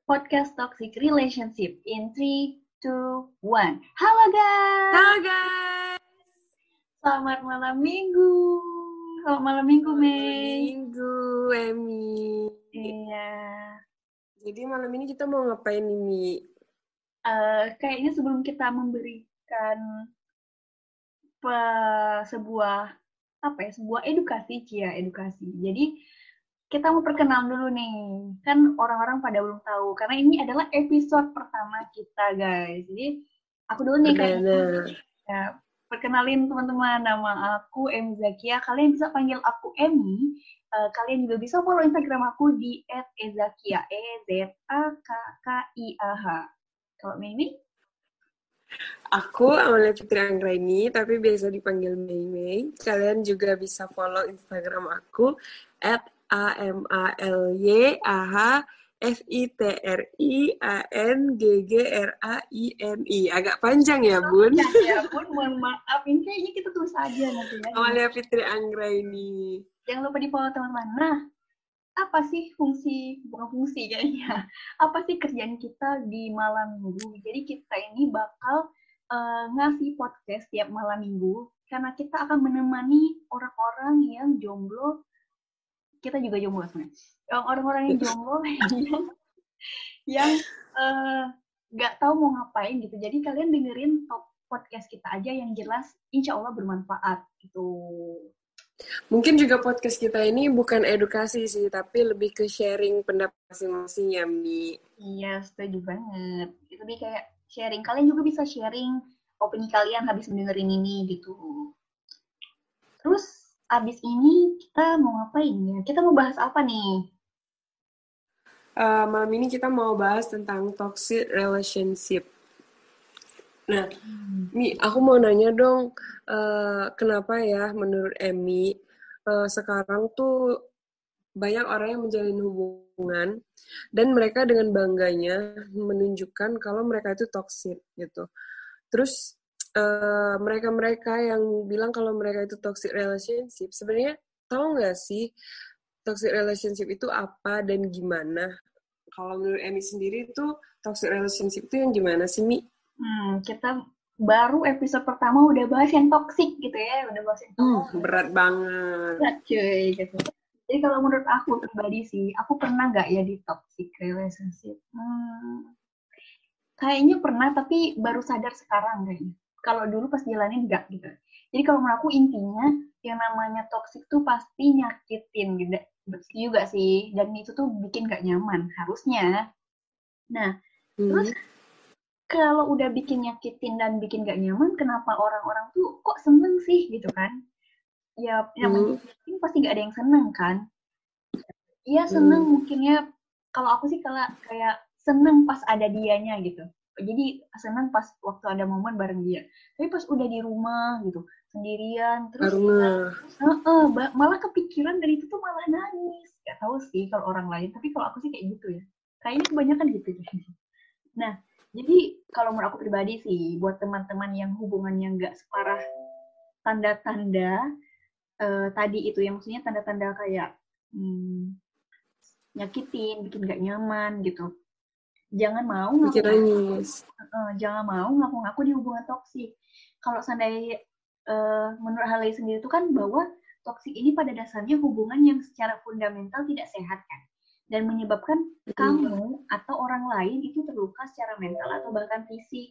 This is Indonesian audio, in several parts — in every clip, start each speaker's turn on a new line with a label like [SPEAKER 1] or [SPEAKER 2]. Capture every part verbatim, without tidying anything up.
[SPEAKER 1] podcast Toxic Relationship in three, two, one. Halo guys!
[SPEAKER 2] Halo guys!
[SPEAKER 1] Selamat malam minggu. Selamat malam minggu,
[SPEAKER 2] Selamat
[SPEAKER 1] Mei.
[SPEAKER 2] malam minggu, Emi.
[SPEAKER 1] Iya.
[SPEAKER 2] Jadi malam ini kita mau ngapain nih, Mi?
[SPEAKER 1] Uh, kayaknya sebelum kita memberikan pe- sebuah apa ya, sebuah edukasi, Cia, edukasi. Jadi kita mau perkenalan dulu nih. Kan orang-orang pada belum tahu karena ini adalah episode pertama kita, guys. Jadi aku dulu nih kayaknya. Ya, perkenalin teman-teman, nama aku Emi Zakia. Kalian bisa panggil aku Emi. Uh, kalian juga bisa follow Instagram aku di et ezakia, E Z A K K I A H. Kalau Mimi?
[SPEAKER 2] Aku Amalia Fitri Anggraini, tapi biasa dipanggil Mei Mei. Kalian juga bisa follow Instagram aku at A M A L Y A H F I T R I A N G G R A I N I. Agak panjang ya, Bun?
[SPEAKER 1] Ya, ya Bun, mohon maaf. Ini kayaknya kita tulis aja nanti ya.
[SPEAKER 2] Amalia Fitri Anggraini.
[SPEAKER 1] Jangan lupa di-follow teman-teman. Nah, apa sih fungsi, bukan fungsi kayaknya, apa sih kerjaan kita di malam minggu? Jadi kita ini bakal uh, ngasih podcast tiap malam minggu, karena kita akan menemani orang-orang yang jomblo, kita juga jomblo sebenarnya, orang-orang yang jomblo yang yang uh, gak tahu mau ngapain gitu. Jadi kalian dengerin podcast kita aja yang jelas, insya Allah bermanfaat gitu.
[SPEAKER 2] Mungkin juga podcast kita ini bukan edukasi sih, tapi lebih ke sharing pendapat masing-masing ya, Mi.
[SPEAKER 1] Iya, setuju banget. Itu lebih kayak sharing. Kalian juga bisa sharing opini kalian habis mendengerin ini gitu. Terus, abis ini kita mau ngapain ya? Kita mau bahas apa nih?
[SPEAKER 2] Uh, malam ini kita mau bahas tentang toxic relationship. Nah, hmm. Mi, aku mau nanya dong, uh, kenapa ya menurut Emi uh, sekarang tuh banyak orang yang menjalin hubungan dan mereka dengan bangganya menunjukkan kalau mereka itu toxic gitu. Terus uh, mereka-mereka yang bilang kalau mereka itu toxic relationship, sebenarnya tahu nggak sih toxic relationship itu apa dan gimana? Kalau menurut Emi sendiri itu toxic relationship itu yang gimana sih, Mi?
[SPEAKER 1] Hmm, kita baru episode pertama udah bahas yang toxic gitu ya, udah bahas yang toxic.
[SPEAKER 2] Hmm, berat banget.
[SPEAKER 1] Berat cuy gitu. Jadi kalau menurut aku pribadi sih, aku pernah nggak ya di toxic relationship? Hmm, kayaknya pernah, tapi baru sadar sekarang kayaknya. Kalau dulu pas jalanin nggak gitu. Jadi kalau menurut aku intinya yang namanya toxic tuh pasti nyakitin gitu. Betul juga sih. Dan itu tuh bikin nggak nyaman harusnya. Nah, hmm. terus kalau udah bikin nyakitin dan bikin gak nyaman, kenapa orang-orang tuh kok seneng sih gitu kan? Ya namanya hmm. pasti gak ada yang seneng kan? Iya seneng hmm. mungkin ya. Kalau aku sih kalau kayak seneng pas ada dianya gitu. Jadi seneng pas waktu ada momen bareng dia. Tapi pas udah di rumah gitu, sendirian, terus uh, uh, malah kepikiran dan itu tuh malah nangis. Gak tahu sih kalau orang lain, tapi kalau aku sih kayak gitu ya. Kayaknya kebanyakan gitu. Nah, jadi kalau menurut aku pribadi sih, buat teman-teman yang hubungannya nggak separah tanda-tanda uh, tadi itu, yang maksudnya tanda-tanda kayak hmm, nyakitin, bikin nggak nyaman gitu. Jangan mau ngaku, uh, jangan mau ngaku-ngaku di hubungan toksik. Kalau seandainya uh, menurut Haley sendiri itu kan bahwa toksik ini pada dasarnya hubungan yang secara fundamental tidak sehat kan, dan menyebabkan hmm. kamu atau orang lain itu terluka secara mental atau bahkan fisik.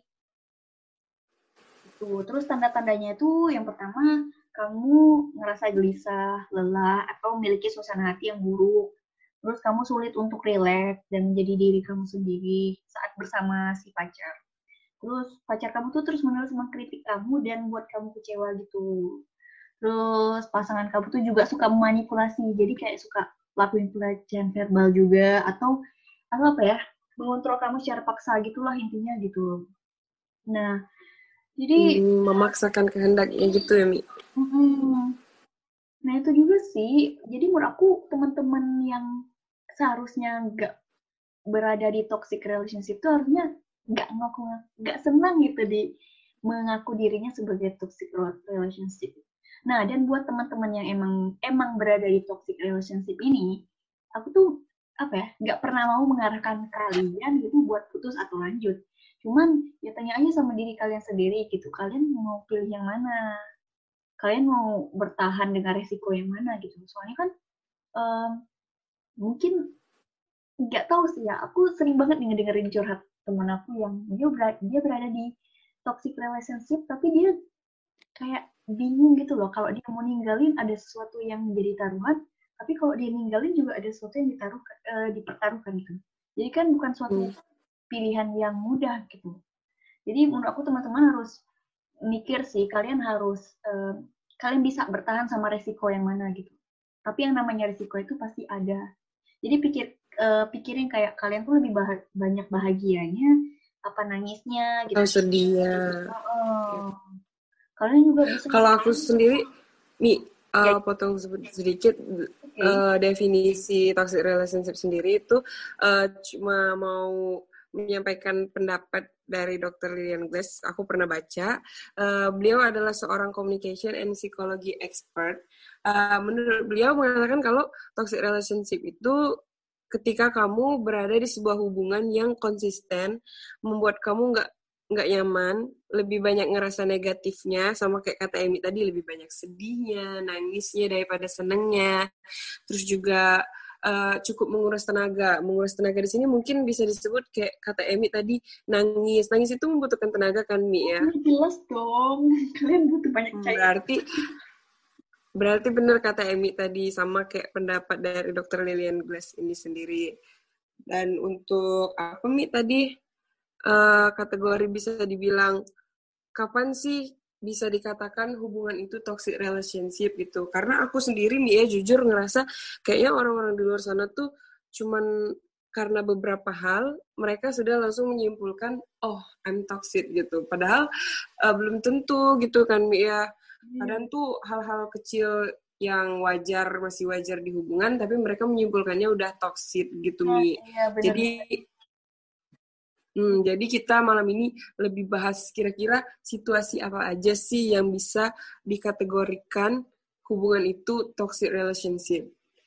[SPEAKER 1] Itu. Terus tanda-tandanya itu yang pertama, kamu ngerasa gelisah, lelah, atau memiliki suasana hati yang buruk. Terus kamu sulit untuk rileks dan menjadi diri kamu sendiri saat bersama si pacar. Terus pacar kamu tuh terus-menerus mengkritik kamu dan buat kamu kecewa gitu. Terus pasangan kamu tuh juga suka memanipulasi, jadi kayak suka lakuin pelecehan verbal juga, atau atau apa ya, mengontrol kamu secara paksa gitulah intinya gitu. Nah, jadi
[SPEAKER 2] hmm, memaksakan kehendaknya gitu ya, Mi.
[SPEAKER 1] Hmm, nah itu juga sih. Jadi menurut aku teman-teman yang seharusnya nggak berada di toxic relationship itu harusnya nggak ngaku, nggak senang gitu di mengaku dirinya sebagai toxic relationship. Nah, dan buat teman-teman yang emang emang berada di toxic relationship ini, aku tuh apa ya, nggak pernah mau mengarahkan kalian gitu buat putus atau lanjut. Cuman ya tanya aja sama diri kalian sendiri gitu, kalian mau pilih yang mana, kalian mau bertahan dengan resiko yang mana gitu. Soalnya kan um, mungkin nggak tahu sih ya, aku sering banget nih ngedengerin curhat temen aku yang dia berada, dia berada di toxic relationship tapi dia kayak bingung gitu loh, kalau dia mau ninggalin ada sesuatu yang menjadi taruhan, tapi kalau dia ninggalin juga ada sesuatu yang ditaruh uh, dipertaruhkan gitu. Jadi kan bukan suatu hmm. pilihan yang mudah gitu. Jadi menurut aku teman-teman harus mikir sih, kalian harus uh, kalian bisa bertahan sama resiko yang mana gitu. Tapi yang namanya resiko itu pasti ada. Jadi pikir uh, pikirin kayak kalian tuh lebih bah- banyak bahagianya apa nangisnya gitu.
[SPEAKER 2] Oh, sedihnya.
[SPEAKER 1] Oh, kalian juga bisa.
[SPEAKER 2] Kalau aku sendiri, nih uh, ya. potong sedikit okay. uh, definisi toxic relationship sendiri itu uh, cuma mau menyampaikan pendapat dari dokter Lillian Glass. Aku pernah baca. Uh, beliau adalah seorang communication and psychology expert. Uh, menurut beliau mengatakan kalau toxic relationship itu ketika kamu berada di sebuah hubungan yang konsisten, membuat kamu nggak nggak nyaman, lebih banyak ngerasa negatifnya, sama kayak kata Emi tadi, lebih banyak sedihnya, nangisnya daripada senengnya. Terus juga uh, cukup menguras tenaga. Menguras tenaga di sini mungkin bisa disebut kayak kata Emi tadi, nangis. Nangis itu membutuhkan tenaga kan, Mi ya?
[SPEAKER 1] Oh, jelas dong. Kalian butuh banyak cairan.
[SPEAKER 2] Berarti Berarti benar kata Emi tadi, sama kayak pendapat dari dokter Lillian Glass ini sendiri. Dan untuk apa Mi tadi, uh, kategori bisa dibilang, kapan sih bisa dikatakan hubungan itu toxic relationship gitu. Karena aku sendiri Mi ya jujur ngerasa kayaknya orang-orang di luar sana tuh cuman karena beberapa hal, mereka sudah langsung menyimpulkan, oh I'm toxic gitu. Padahal uh, belum tentu gitu kan Mi ya. Kadang tuh hal-hal kecil yang wajar, masih wajar di hubungan, tapi mereka menyimpulkannya udah toxic gitu,
[SPEAKER 1] nah,
[SPEAKER 2] Mi.
[SPEAKER 1] iya, bener.
[SPEAKER 2] Jadi, hmm, jadi kita malam ini lebih bahas kira-kira situasi apa aja sih yang bisa dikategorikan hubungan itu toxic relationship.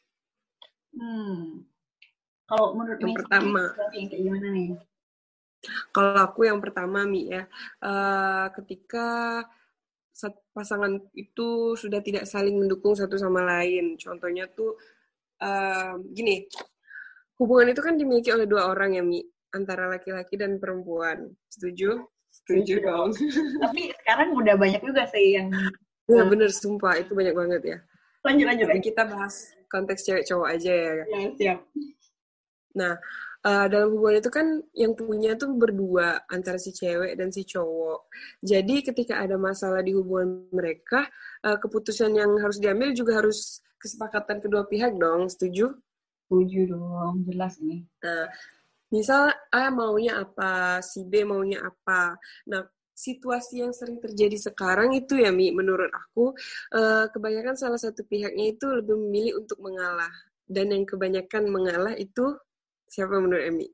[SPEAKER 1] Hmm. Kalau menurut
[SPEAKER 2] yang
[SPEAKER 1] Mi,
[SPEAKER 2] pertama,
[SPEAKER 1] yang kayak gimana nih?
[SPEAKER 2] Kalau aku yang pertama, Mi ya, uh, ketika pasangan itu sudah tidak saling mendukung satu sama lain. Contohnya tuh uh, gini, hubungan itu kan dimiliki oleh dua orang ya, Mi, antara laki-laki dan perempuan. Setuju? Setuju dong.
[SPEAKER 1] Tapi sekarang udah banyak juga sih yang...
[SPEAKER 2] Ya bener, sumpah. Itu banyak banget ya.
[SPEAKER 1] Lanjut, lanjut.
[SPEAKER 2] Tapi kita bahas konteks cewek cowok aja ya.
[SPEAKER 1] Ya, siap.
[SPEAKER 2] Nah, Uh, dalam hubungan itu kan yang punya tuh berdua, antara si cewek dan si cowok. Jadi ketika ada masalah di hubungan mereka, uh, keputusan yang harus diambil juga harus kesepakatan kedua pihak dong, setuju?
[SPEAKER 1] Setuju dong, jelas nih.
[SPEAKER 2] Nah, misal A maunya apa, si B maunya apa. Nah, situasi yang sering terjadi sekarang itu ya, Mi, menurut aku, uh, kebanyakan salah satu pihaknya itu lebih memilih untuk mengalah. Dan yang kebanyakan mengalah itu siapa menurut Emi?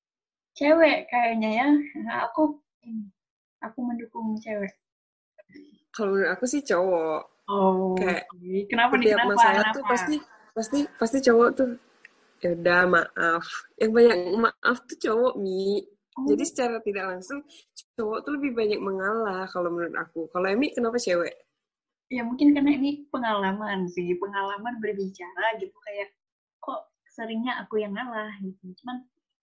[SPEAKER 1] Cewek kayaknya ya. Nah, aku aku mendukung cewek.
[SPEAKER 2] Kalau menurut aku sih cowok.
[SPEAKER 1] Oh.
[SPEAKER 2] Kayak
[SPEAKER 1] kenapa nih?
[SPEAKER 2] Setiap
[SPEAKER 1] Kenapa?
[SPEAKER 2] masalah
[SPEAKER 1] kenapa?
[SPEAKER 2] tuh pasti pasti pasti cowok tuh ya udah maaf. Yang banyak maaf tuh cowok, Mi. Oh. Jadi secara tidak langsung cowok tuh lebih banyak mengalah kalau menurut aku. Kalau Emi kenapa cewek?
[SPEAKER 1] Ya mungkin karena ini pengalaman sih, pengalaman berbicara gitu, kayak kok seringnya aku yang ngalah gitu. Cuman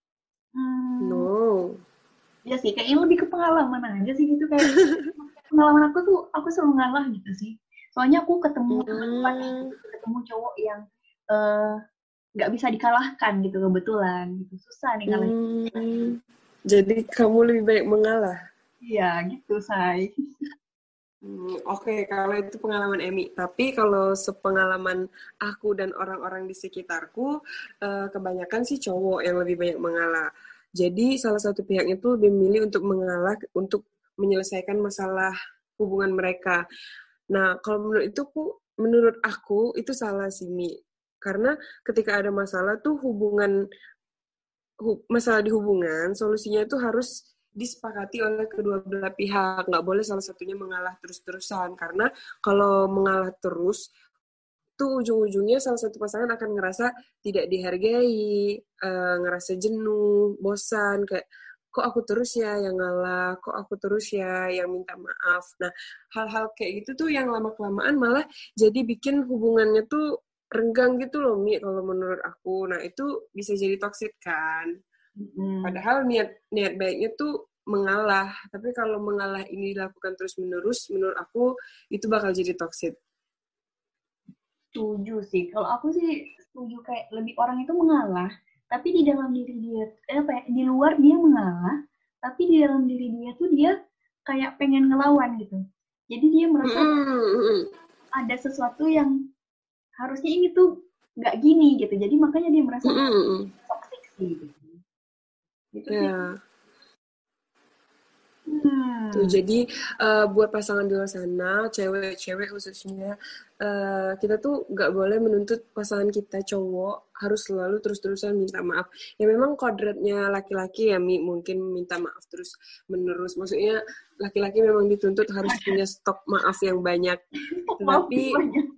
[SPEAKER 1] hmm,
[SPEAKER 2] no.
[SPEAKER 1] Ya sih, kayaknya lebih ke pengalaman aja sih gitu, kayak pengalaman aku tuh aku selalu ngalah gitu sih. Soalnya aku ketemu hmm. teman-teman gitu, ketemu cowok yang nggak uh, bisa dikalahkan gitu kebetulan gitu, susah nih ngalahin.
[SPEAKER 2] Hmm. Jadi kamu lebih baik mengalah?
[SPEAKER 1] Iya gitu, say.
[SPEAKER 2] Hmm, Oke, okay. Kalau itu pengalaman Emi. Tapi kalau sepengalaman aku dan orang-orang di sekitarku, uh, kebanyakan sih cowok yang lebih banyak mengalah. Jadi salah satu pihaknya tuh lebih memilih untuk mengalah untuk menyelesaikan masalah hubungan mereka. Nah, kalau menurut itu, menurut aku itu salah sih, Mi. Karena ketika ada masalah tuh hubungan, hu, masalah di hubungan, solusinya itu harus disepakati oleh kedua belah pihak. Nggak boleh salah satunya mengalah terus-terusan. Karena kalau mengalah terus, tuh ujung-ujungnya salah satu pasangan akan ngerasa tidak dihargai, uh, ngerasa jenuh, bosan, kayak kok aku terus ya yang ngalah, kok aku terus ya yang minta maaf. Nah, hal-hal kayak gitu tuh yang lama-kelamaan malah jadi bikin hubungannya tuh renggang gitu loh, Mi, kalau menurut aku. Nah, itu bisa jadi toksik kan. Hmm. Padahal niat niat baiknya tuh mengalah, tapi kalau mengalah ini dilakukan terus-menerus, menurut aku itu bakal jadi toksik.
[SPEAKER 1] Setuju sih. Kalau aku sih setuju kayak lebih orang itu mengalah, tapi di dalam diri dia, eh, apa ya, di luar dia mengalah, tapi di dalam diri dia tuh dia kayak pengen ngelawan gitu. Jadi dia merasa mm-hmm. ada sesuatu yang harusnya ini tuh nggak gini gitu. Jadi makanya dia merasa mm-hmm. toxic sih gitu. Gitu yeah. sih.
[SPEAKER 2] Hmm. Tuh, jadi uh, buat pasangan di luar sana, cewek-cewek khususnya, uh, kita tuh nggak boleh menuntut pasangan kita cowok harus selalu terus-terusan minta maaf. Ya memang kodratnya laki-laki ya, Mi, mungkin minta maaf terus menerus. Maksudnya laki-laki memang dituntut harus punya stok maaf yang banyak. Tapi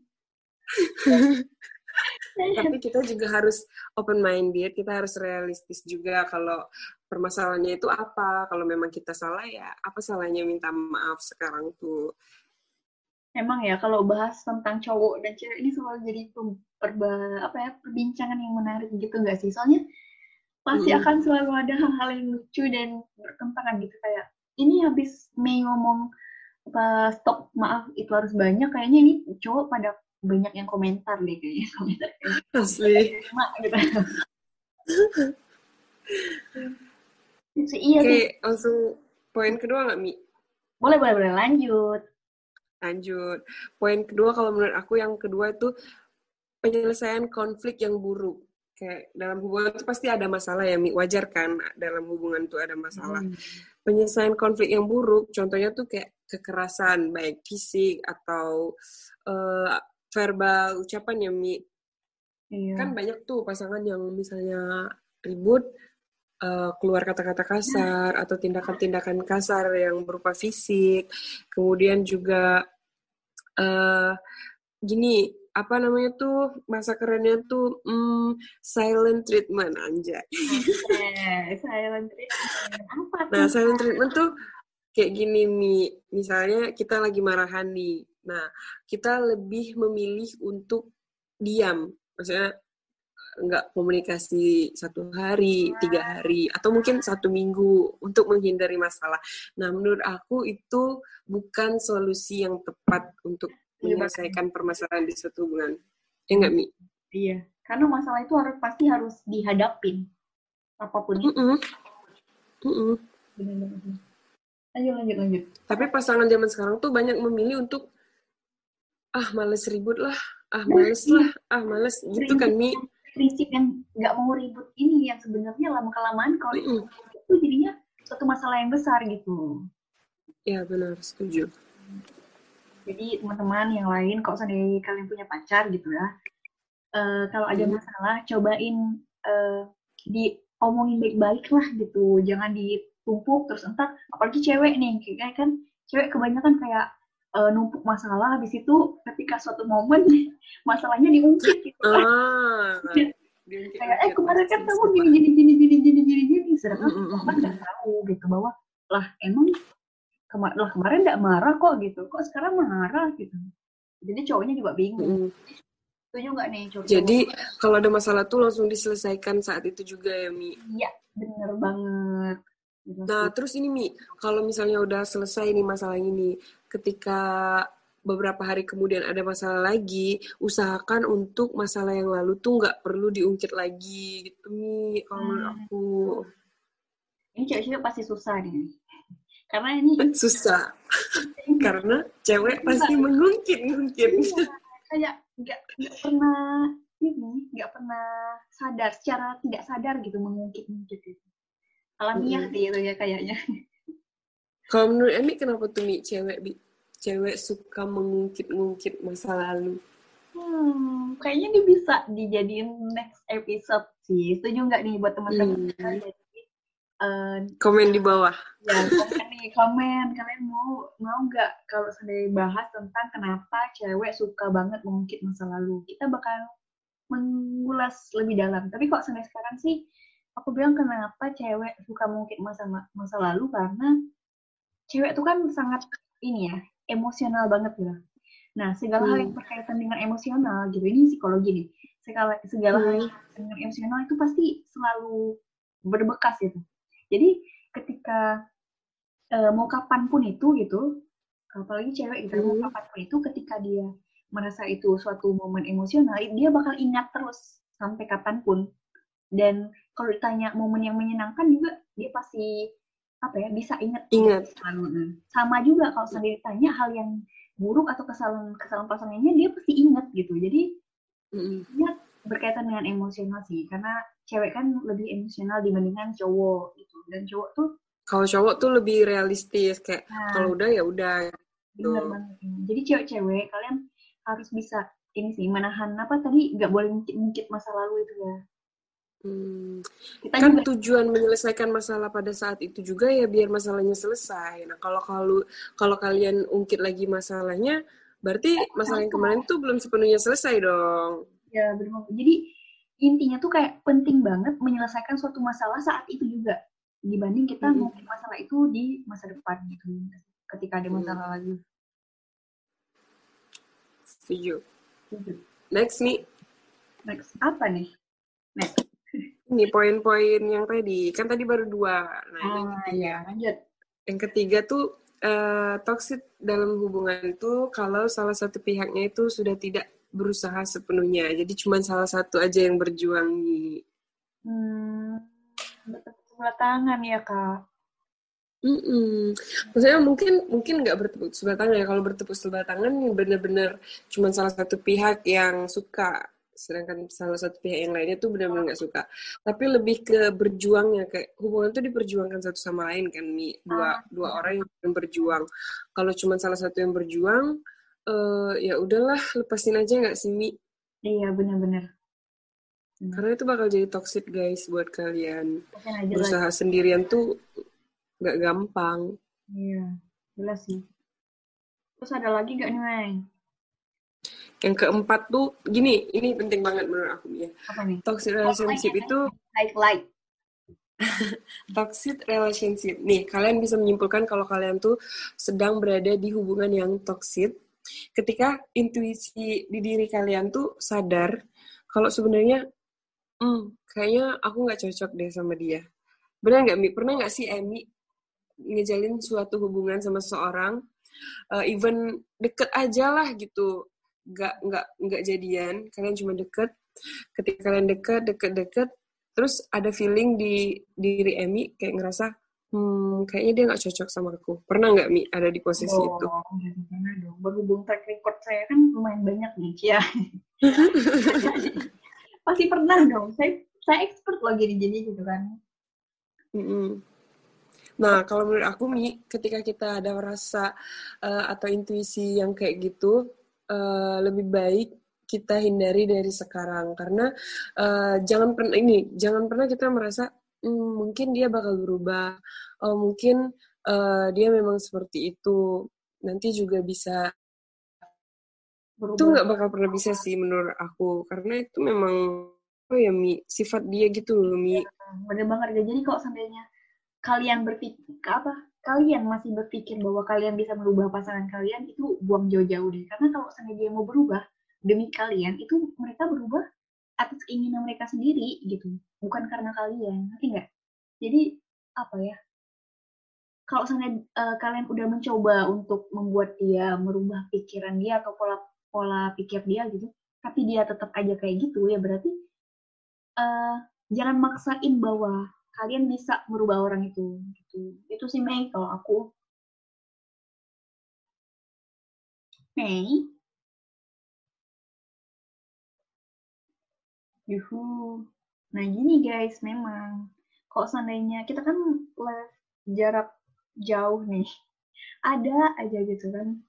[SPEAKER 2] tapi kita juga harus open minded, kita harus realistis juga kalau permasalahannya itu apa. Kalau memang kita salah ya apa salahnya minta maaf sekarang tuh.
[SPEAKER 1] Emang ya kalau bahas tentang cowok dan cewek ini selalu jadi perba, apa ya, perbincangan yang menarik gitu nggak sih? Soalnya pasti mm. akan selalu ada hal-hal yang lucu dan bertentangan gitu, kayak ini habis Mei ngomong apa stok maaf itu harus banyak, kayaknya ini cowok pada banyak yang komentar deh kayaknya, komentar kayak
[SPEAKER 2] asli
[SPEAKER 1] gitu. So, iya
[SPEAKER 2] Oke,
[SPEAKER 1] sih.
[SPEAKER 2] Langsung poin kedua nggak, Mi?
[SPEAKER 1] Boleh, boleh, boleh. Lanjut.
[SPEAKER 2] Lanjut. Poin kedua kalau menurut aku yang kedua itu penyelesaian konflik yang buruk. Kayak dalam hubungan itu pasti ada masalah ya, Mi. Wajar kan dalam hubungan itu ada masalah. Hmm. Penyelesaian konflik yang buruk, contohnya tuh kayak kekerasan, baik fisik atau uh, verbal, ucapan ya, Mi. Iya. Kan banyak tuh pasangan yang misalnya ribut, uh, keluar kata-kata kasar, nah. atau tindakan-tindakan kasar yang berupa fisik. Kemudian juga uh, gini, apa namanya tuh, masa kerennya tuh mm, silent treatment, anjay.
[SPEAKER 1] Okay, silent treatment. Apa tuh?
[SPEAKER 2] Nah, silent treatment tuh kayak gini, Mi. Misalnya kita lagi marahan nih. Nah, kita lebih memilih untuk diam. Maksudnya nggak komunikasi satu hari, tiga hari, atau mungkin satu minggu untuk menghindari masalah. Nah, menurut aku itu bukan solusi yang tepat untuk menyelesaikan permasalahan di suatu hubungan. Ya nggak, Mi?
[SPEAKER 1] Iya, karena masalah itu harus pasti harus dihadapin. Apapun itu.
[SPEAKER 2] Mm-mm. Mm-mm.
[SPEAKER 1] Benar-benar. Lanjut, lanjut, lanjut.
[SPEAKER 2] Tapi pasangan zaman sekarang tuh banyak memilih untuk ah, males ribut lah, ah, males nah, lah, ah, males. Gitu kan, Mi?
[SPEAKER 1] Prinsip yang nggak mau ribut ini yang sebenarnya lama-kelamaan kalau mm-hmm. itu jadinya suatu masalah yang besar gitu.
[SPEAKER 2] Ya, benar, setuju.
[SPEAKER 1] Jadi teman-teman yang lain, kalau seandainya kalian punya pacar gitu ya, uh, kalau ada masalah, cobain uh, diomongin baik-baik lah gitu, jangan ditumpuk terus entar, apalagi cewek nih, kayak kan cewek kebanyakan kayak uh, numpuk masalah, habis itu ketika suatu momen masalahnya diungkit gitu.
[SPEAKER 2] Ah,
[SPEAKER 1] kayak eh kemarin kan kamu gini gini gini gini gini gini gini, sedangkan korban nggak tahu gitu bahwa lah emang Kemar- lah kemarin nggak marah kok gitu, kok sekarang marah gitu. Jadi cowoknya juga bingung. Mm. Setuju nggak nih cowok?
[SPEAKER 2] Jadi kalau ada masalah tuh langsung diselesaikan saat itu juga ya, Mi?
[SPEAKER 1] Iya, bener banget.
[SPEAKER 2] Nah, terus ini, Mi, kalau misalnya udah selesai nih masalah ini, ketika beberapa hari kemudian ada masalah lagi, usahakan untuk masalah yang lalu tuh nggak perlu diungkit lagi gitu, Mi, kalau menurut hmm. aku.
[SPEAKER 1] Ini cewek-cewek pasti susah nih. Karena ini
[SPEAKER 2] susah karena cewek pasti mengungkit-ngungkit
[SPEAKER 1] iya, kayak nggak nggak pernah ini nggak pernah sadar secara tidak sadar gitu mengungkit-ngungkit itu alamiah mm-hmm. gitu ya kayaknya.
[SPEAKER 2] Kalau menurut Emi kenapa tuh Mi cewek cewek suka mengungkit-ngungkit masa lalu?
[SPEAKER 1] Hmm, kayaknya ini bisa dijadiin next episode sih. Setuju nggak nih buat teman-teman? Hmm. Jadi uh,
[SPEAKER 2] Komen di bawah.
[SPEAKER 1] Ya, komen nih, komen. Kalian mau mau nggak kalau sedang bahas tentang kenapa cewek suka banget mengungkit masa lalu? Kita bakal mengulas lebih dalam. Tapi kok sampai sekarang sih, aku bilang kenapa cewek suka mengungkit masa masa lalu karena cewek itu kan sangat ini ya, emosional banget gitu. Nah, segala hmm. hal yang berkaitan dengan emosional gitu, ini psikologi nih. Segala segala hmm. hal yang berkaitan dengan emosional itu pasti selalu berbekas gitu. Jadi ketika uh, mau kapanpun itu gitu, apalagi cewek gitu, hmm. mau kapanpun itu ketika dia merasa itu suatu momen emosional, dia bakal ingat terus sampai kapanpun. Dan kalau ditanya momen yang menyenangkan juga dia pasti apa ya bisa ingat
[SPEAKER 2] ingat
[SPEAKER 1] selalu. Sama juga kalau sendiri ditanya hal yang buruk atau kesalahan kesalahan pasangannya dia pasti ingat gitu. Jadi mm. dia berkaitan dengan emosional sih karena cewek kan lebih emosional dibandingkan cowok gitu. Dan cowok tuh
[SPEAKER 2] kalau cowok tuh lebih realistis kayak nah, kalau udah ya udah gitu.
[SPEAKER 1] Bener banget. Jadi cewek-cewek kalian harus bisa ini sih menahan apa tadi nggak boleh ngungkit masa lalu itu ya.
[SPEAKER 2] Hmm. Kita kan juga tujuan menyelesaikan masalah pada saat itu juga ya biar masalahnya selesai. Nah kalau kalau kalau kalian ungkit lagi masalahnya, berarti masalah yang kemarin tuh belum sepenuhnya selesai dong.
[SPEAKER 1] Ya benar. Jadi intinya tuh kayak penting banget menyelesaikan suatu masalah saat itu juga dibanding kita mm-hmm. ngungkit masalah itu di masa depan gitu. Ketika ada masalah mm-hmm. lagi.
[SPEAKER 2] Setuju. Next nih.
[SPEAKER 1] Next apa nih? Next.
[SPEAKER 2] Ini poin-poin yang tadi, kan tadi baru dua. Nah,
[SPEAKER 1] ah,
[SPEAKER 2] ini ketiga.
[SPEAKER 1] Ya, lanjut.
[SPEAKER 2] Yang ketiga tuh, uh, toxic dalam hubungan itu kalau salah satu pihaknya itu sudah tidak berusaha sepenuhnya. Jadi cuma salah satu aja yang berjuang nih.
[SPEAKER 1] Hmm, bertepuk sebelah tangan ya, Kak.
[SPEAKER 2] Mm-mm. Maksudnya mungkin mungkin nggak bertepuk sebelah tangan ya. Kalau bertepuk sebelah tangan benar-benar cuma salah satu pihak yang suka. Sedangkan salah satu pihak yang lainnya tuh benar-benar nggak suka. Tapi lebih ke berjuangnya, kayak hubungan tuh diperjuangkan satu sama lain kan, Mi. Dua ah. dua orang yang berjuang. Kalau cuma salah satu yang berjuang, uh, ya udahlah lepasin aja nggak sih, Mi?
[SPEAKER 1] Iya benar-benar.
[SPEAKER 2] Hmm. Karena itu bakal jadi toxic guys buat kalian. Berusaha lagi. Sendirian tuh nggak gampang.
[SPEAKER 1] Iya, jelas sih. Terus ada lagi nggak nih, May?
[SPEAKER 2] Yang keempat tuh, gini, ini penting banget menurut aku ya.
[SPEAKER 1] Apa nih?
[SPEAKER 2] Toxic relationship like, itu...
[SPEAKER 1] Like, like.
[SPEAKER 2] Toxic relationship. Nih, kalian bisa menyimpulkan kalau kalian tuh sedang berada di hubungan yang toxic. Ketika intuisi di diri kalian tuh sadar, kalau sebenarnya, hmm, kayaknya aku nggak cocok deh sama dia. Benar nggak, Mi? Pernah nggak sih, Emi, ngejalin suatu hubungan sama seseorang, uh, even deket aja lah gitu, nggak nggak nggak jadian, kalian cuma deket. Ketika kalian deket deket deket terus ada feeling di diri Emi kayak ngerasa hmm kayaknya dia nggak cocok sama aku. Pernah nggak, Mi, ada di posisi oh, itu?
[SPEAKER 1] Pernah dong. Berhubung track record saya kan lumayan banyak nih, ya. Pasti pernah dong. Saya saya expert loh gini-gini gitu kan.
[SPEAKER 2] Mm-mm. Nah, kalau menurut aku, Mi, ketika kita ada rasa uh, atau intuisi yang kayak gitu, uh, lebih baik kita hindari dari sekarang. Karena uh, jangan pernah ini, jangan pernah kita merasa hmm, mungkin dia bakal berubah, oh, mungkin uh, dia memang seperti itu, nanti juga bisa. Berubah. Itu nggak bakal pernah bisa sih menurut aku, karena itu memang oh ya, Mi, sifat dia gitu loh, Mi.
[SPEAKER 1] Ya, bener banget. Jadi kok seandainya kalian berpikir apa kalian masih berpikir bahwa kalian bisa merubah pasangan kalian, itu buang jauh-jauh deh, karena kalau seandainya dia mau berubah demi kalian, itu mereka berubah atas keinginan mereka sendiri gitu, bukan karena kalian, ngerti nggak? Jadi apa ya, kalau seandainya uh, kalian udah mencoba untuk membuat dia merubah pikiran dia atau pola pola pikir dia gitu, tapi dia tetap aja kayak gitu, ya berarti uh, jangan maksain bahwa kalian bisa merubah orang itu gitu. Itu sih, Mei, kalau aku. Mei? Yuhu. Nah gini guys, memang kalau seandainya kita kan jarak jauh nih, ada aja gitu kan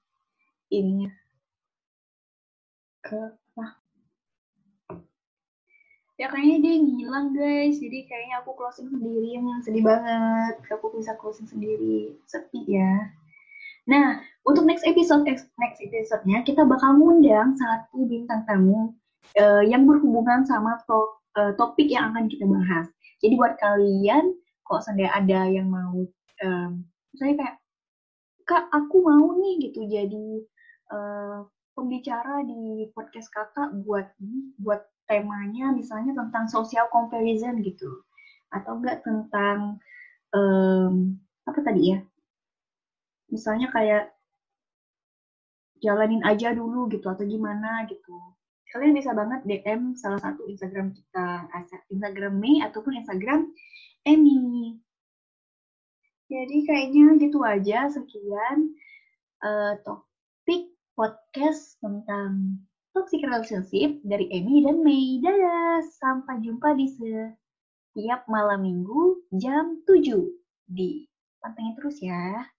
[SPEAKER 1] ininya ke apa? Ya kayaknya dia ngilang guys, jadi kayaknya aku closing sendiri, yang sedih banget. Aku bisa closing sendiri, sepi ya. Nah, untuk next episode next episode-nya kita bakal ngundang satu bintang tamu uh, yang berhubungan sama to uh, topik yang akan kita bahas. Jadi buat kalian, kalau seandainya ada yang mau, um, misalnya kayak, Kak, aku mau nih gitu jadi uh, pembicara di podcast kakak buat buat temanya misalnya tentang social comparison gitu, atau enggak tentang um, apa tadi ya? Misalnya kayak jalanin aja dulu gitu atau gimana gitu. Kalian bisa banget D M salah satu Instagram kita, Instagram Mei ataupun Instagram Emmy. Jadi kayaknya gitu aja, sekian uh, topik podcast tentang toxic relationship dari Emmy dan Mei. Dadah, sampai jumpa di setiap malam minggu jam tujuh di pantengin terus ya.